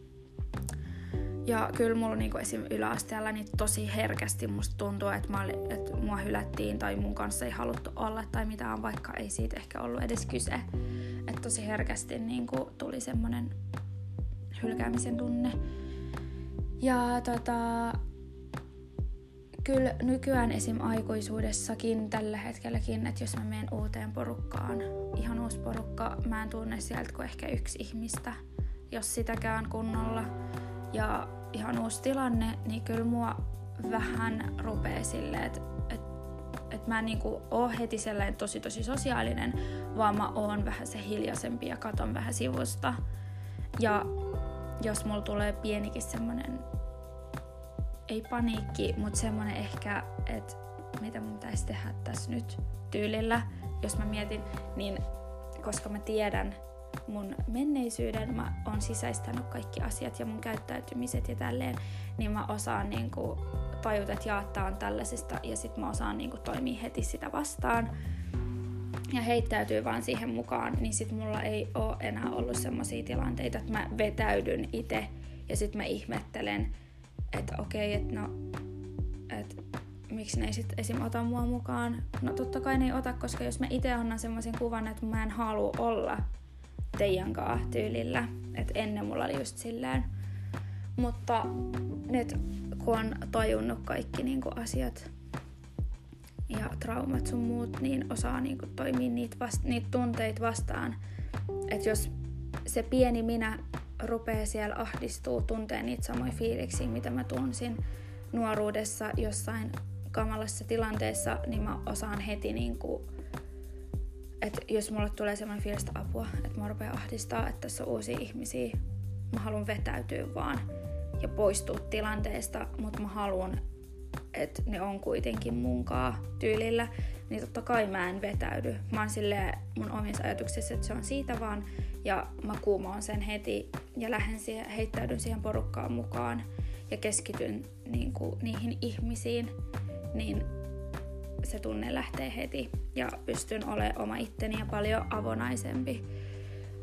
Ja kyllä mulla esim. Yläasteella niin tosi herkästi musta tuntuu, että mua hylättiin tai mun kanssa ei haluttu olla tai mitään, vaikka ei siitä ehkä ollut edes kyse. Että tosi herkästi tuli semmonen hylkäämisen tunne. Ja kyllä nykyään esim. Aikuisuudessakin tällä hetkelläkin, että jos mä menen uuteen porukkaan, ihan uusi porukka, mä en tunne sieltä kuin ehkä 1 ihmistä, jos sitäkään kunnolla. Ja ihan uusi tilanne, niin kyllä mua vähän rupee silleen, että mä en oo heti sellainen tosi sosiaalinen, vaan mä oon vähän se hiljaisempi ja katon vähän sivusta. Ja jos mulla tulee pienikin semmonen, ei paniikki, mutta semmonen ehkä, että mitä mun pitäisi tehdä tässä nyt tyylillä, jos mä mietin, niin koska mä tiedän mun menneisyyden, mä oon sisäistänyt kaikki asiat ja mun käyttäytymiset ja tälleen, niin mä osaan tajuta, että tää on tällaisesta, ja sit mä osaan toimia heti sitä vastaan ja heittäytyy vaan siihen mukaan, niin sit mulla ei oo enää ollut semmosia tilanteita, että mä vetäydyn itse ja sit mä ihmettelen, että okei, että miksi ne ei sit esim. Ota mua mukaan. No totta kai ne ei ota, koska jos mä itse annan semmoisen kuvan, että mä en halua olla teidänkaan tyylillä. Että ennen mulla oli just silleen. Mutta nyt kun on tajunnut kaikki asiat ja traumat sun muut, niin osaa toimia niitä tunteita vastaan. Että jos se pieni minä rupeaa siellä ahdistuu, tuntee niitä samoja fiiliksiä, mitä mä tunsin nuoruudessa jossain kamalassa tilanteessa, niin mä osaan heti että jos mulle tulee semmoinen fiilis apua, että mä rupean ahdistaa, että tässä on uusia ihmisiä, mä haluan vetäytyä vaan ja poistua tilanteesta, mutta mä haluan, että ne on kuitenkin munkaan tyylillä, niin totta kai mä en vetäydy. Mä oon silleen mun omissa ajatuksissa, että se on siitä vaan, ja mä kuumoon sen heti ja heittäydyn siihen porukkaan mukaan ja keskityn niihin ihmisiin, niin se tunne lähtee heti ja pystyn olemaan oma itteni ja paljon avonaisempi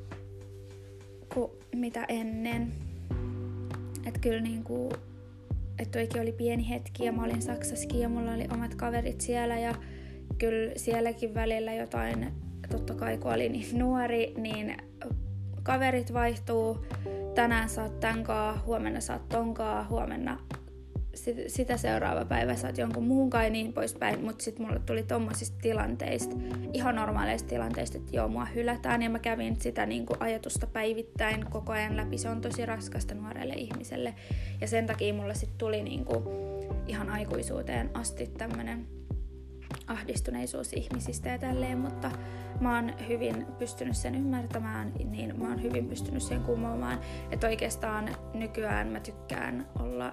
kuin mitä ennen. Että kyllä että toikin oli pieni hetki ja mä olin Saksassakin ja mulla oli omat kaverit siellä ja kyllä sielläkin välillä jotain, totta kai kun oli niin nuori, niin kaverit vaihtuu, tänään sä oot tän kaa, huomenna sä oot ton kaa, huomenna sitä seuraava päivä sä oot jonkun muun kai niin poispäin, mutta sit mulle tuli tommosista tilanteista, ihan normaaleista tilanteista, että joo, mua hylätään ja mä kävin sitä niinku ajatusta päivittäin koko ajan läpi. Se on tosi raskasta nuorelle ihmiselle ja sen takia mulle sit tuli niinku ihan aikuisuuteen asti tämmönen ahdistuneisuus ihmisistä ja tälleen, mutta mä oon hyvin pystynyt sen ymmärtämään, niin mä oon hyvin pystynyt sen kumoamaan, että oikeastaan nykyään mä tykkään olla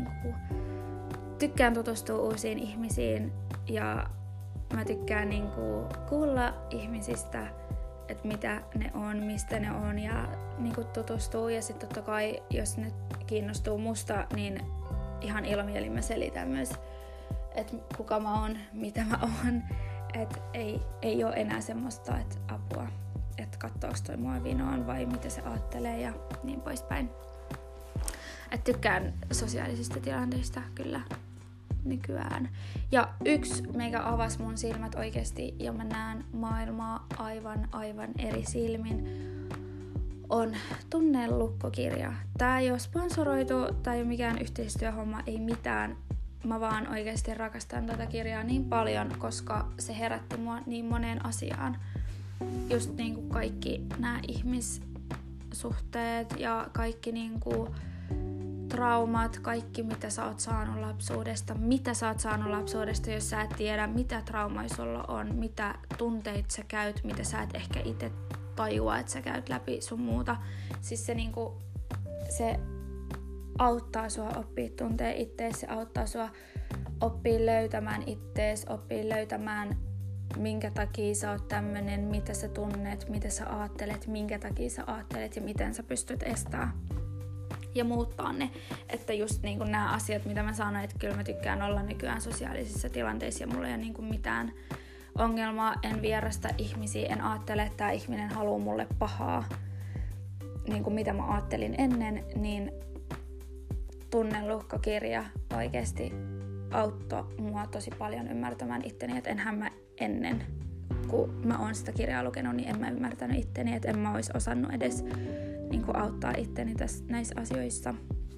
tykkään tutustua uusiin ihmisiin ja mä tykkään kuulla ihmisistä, että mitä ne on, mistä ne on ja tutustua ja sitten totta kai jos ne kiinnostuu musta, niin ihan ilomielin mä selitän myös, että kuka mä oon, mitä mä oon, että ei ole enää semmoista, että apua, että kattooks toi mua vinoon vai mitä se ajattelee ja niin poispäin. Et tykkään sosiaalisista tilanteista kyllä nykyään. Ja yksi, mikä avasi mun silmät oikeesti ja mä näen maailmaa aivan eri silmin, on Tunnelukkokirja. Tää ei ole sponsoroitu tai mikään yhteistyöhomma, ei mitään. Mä vaan oikeesti rakastan tätä kirjaa niin paljon, koska se herätti mua niin moneen asiaan. Just niinku kaikki nämä ihmissuhteet ja kaikki niinku traumat, kaikki mitä sä oot saanut lapsuudesta, jos sä et tiedä mitä traumaa sulla on, mitä tunteita sä käyt, mitä sä et ehkä itse tajua, että sä käyt läpi sun muuta. Siis se auttaa sua oppia tuntee ittees, se auttaa sua oppia löytämään ittees, oppia löytämään minkä takia sä oot tämmönen, mitä sä tunnet, mitä sä aattelet, minkä takia sä aattelet ja miten sä pystyt estämään ja muuttaa ne. Että just niinku nämä asiat, mitä mä sanoin, että kyllä mä tykkään olla nykyään sosiaalisissa tilanteissa ja mulla ei ole niinku mitään ongelmaa, en vierasta ihmisiä, en ajattele, että tämä ihminen haluaa mulle pahaa, niinku mitä mä ajattelin ennen, niin Tunnelukkokirja oikeesti auttoi mua tosi paljon ymmärtämään itteni, että enhän mä ennen, kun mä oon sitä kirjaa lukenut, niin en mä ymmärtänyt itteni, että en mä ois osannut edes auttaa itteni näissä asioissa.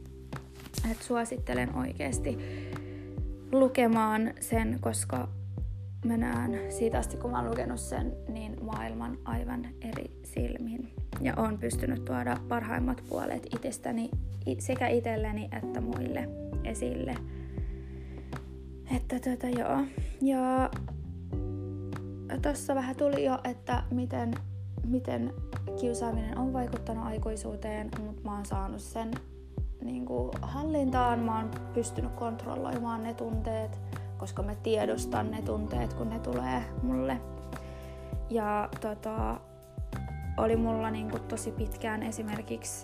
Et suosittelen oikeesti lukemaan sen, koska mä näen siitä asti, kun mä oon lukenut sen, niin maailman aivan eri silmin. Ja oon pystynyt tuoda parhaimmat puolet itsestäni sekä itselleni että muille esille. Että joo. Ja tossa vähän tuli jo, että miten kiusaaminen on vaikuttanut aikuisuuteen, mutta mä oon saanut sen hallintaan. Mä oon pystynyt kontrolloimaan ne tunteet, koska mä tiedostan ne tunteet, kun ne tulee mulle. Ja oli mulla tosi pitkään esimerkiksi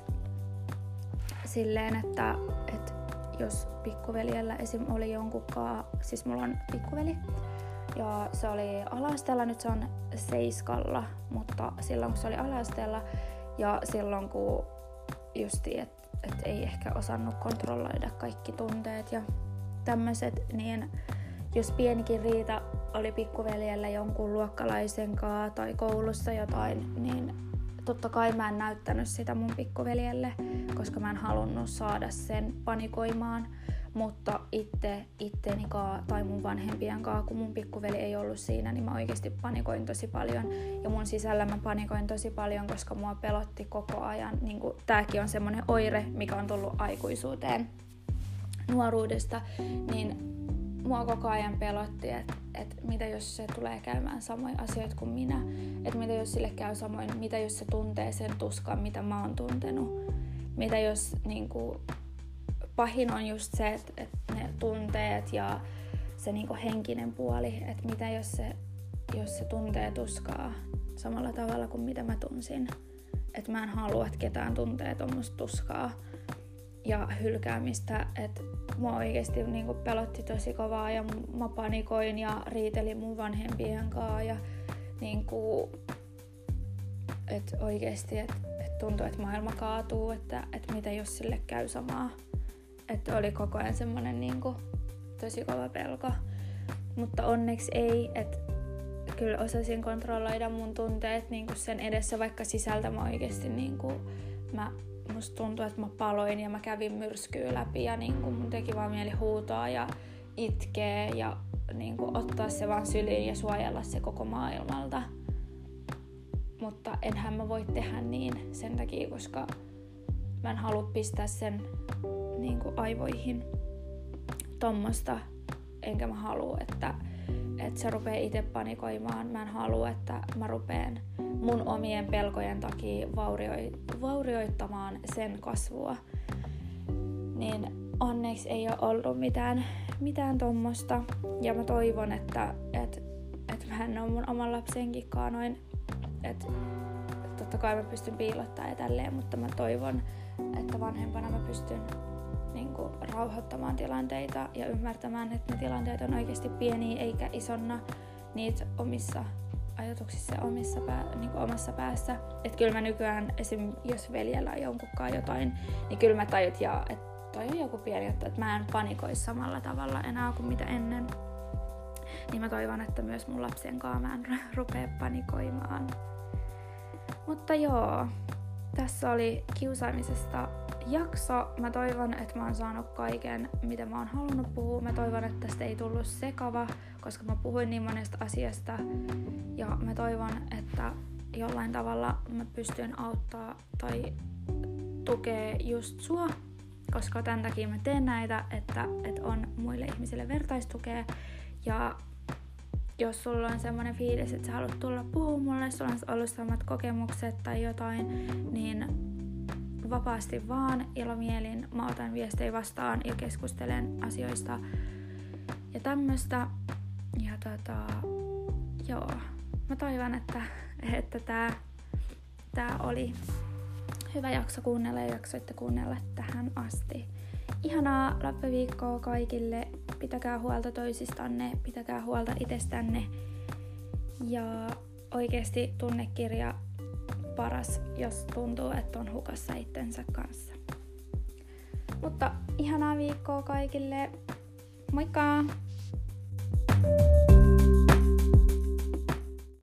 silleen, että jos pikkuveljellä esim. Oli jonkunkaan, siis mulla on pikkuveli, ja se oli ala-asteella, nyt se on 7, mutta silloin kun se oli ala-asteella ja silloin kun justi, että ei ehkä osannut kontrolloida kaikki tunteet ja tämmöiset, niin jos pienikin riita oli pikkuveljellä jonkun luokkalaisen kanssa tai koulussa jotain, niin totta kai mä en näyttänyt sitä mun pikkuveljelle, koska mä en halunnut saada sen panikoimaan. Mutta itteni tai mun vanhempien kanssa, kun mun pikkuveli ei ollut siinä, niin mä oikeasti panikoin tosi paljon. Ja mun sisällä mä panikoin tosi paljon, koska mua pelotti koko ajan. Tääkin on semmonen oire, mikä on tullut aikuisuuteen nuoruudesta, niin mua koko ajan pelotti, että mitä jos se tulee käymään samoin asioita kuin minä. Että mitä jos sille käy samoin, mitä jos se tuntee sen tuskan, mitä mä oon tuntenut. Mitä jos pahin on just se, että ne tunteet ja se henkinen puoli, että mitä jos se tuntee tuskaa samalla tavalla kuin mitä mä tunsin. Että mä en halua, että ketään tuntee tommoista tuskaa ja hylkäämistä, että mua oikeesti pelotti tosi kovaa ja mä panikoin ja riitelin mun vanhempien kanssa ja että oikeesti, että tuntuu, että maailma kaatuu, että mitä jos sille käy samaa että oli koko ajan semmonen niinku tosi kova pelko. Mutta onneksi ei, että kyllä osasin kontrolloida mun tunteet niinku sen edessä, vaikka sisältä mä oikeesti niinku, musta tuntui, että mä paloin ja mä kävin myrskyä läpi ja niinku mun teki vaan mieli huutaa ja itkeä ja niinku ottaa se vaan syliin ja suojella se koko maailmalta. Mutta enhän mä voi tehdä niin sen takia, koska mä en halua pistää sen niinku aivoihin tommosta, enkä mä halua, että se rupee itse panikoimaan. Mä en halua, että mä rupeen mun omien pelkojen takia vaurioittamaan sen kasvua. Niin onneksi ei ole ollut mitään tommosta. Ja mä toivon, että mä en ole mun oman lapsenkin noin. Että totta kai mä pystyn piilottaa ja tälleen, mutta mä toivon, että vanhempana mä pystyn niinku rauhoittamaan tilanteita ja ymmärtämään, että ne tilanteet on oikeasti pieniä eikä isonna niitä omissa ajatuksissa ja omassa päässä. Että kyllä mä nykyään esim. Jos veljellä on jonkunkaan jotain, niin kyllä mä tajut, että toi on joku pieni juttu, että mä en panikoisi samalla tavalla enää kuin mitä ennen. Niin mä toivon, että myös mun lapsen kanssa mä en rupea panikoimaan. Mutta joo, tässä oli kiusaamisesta jakso. Mä toivon, että mä oon saanut kaiken, mitä mä oon halunnut puhua. Mä toivon, että tästä ei tullut sekava, koska mä puhuin niin monesta asiasta. Ja mä toivon, että jollain tavalla mä pystyn auttaa tai tukea just sua, koska tämän takia mä teen näitä, että on muille ihmisille vertaistukea. Ja jos sulla on semmoinen fiilis, että sä haluat tulla puhua mulle, sulla on ollut samat kokemukset tai jotain, niin vapaasti vaan, ilomielin. Mä otan viestejä vastaan ja keskustelen asioista ja tämmöstä. Ja joo, mä toivon, että tää oli hyvä jakso kuunnella ja jaksoitte kuunnella tähän asti. Ihanaa loppuviikkoa kaikille. Pitäkää huolta toisistanne, pitäkää huolta itsestänne. Ja oikeesti tunnekirja paras, jos tuntuu, että on hukassa itsensä kanssa. Mutta ihanaa viikkoa kaikille. Moikka!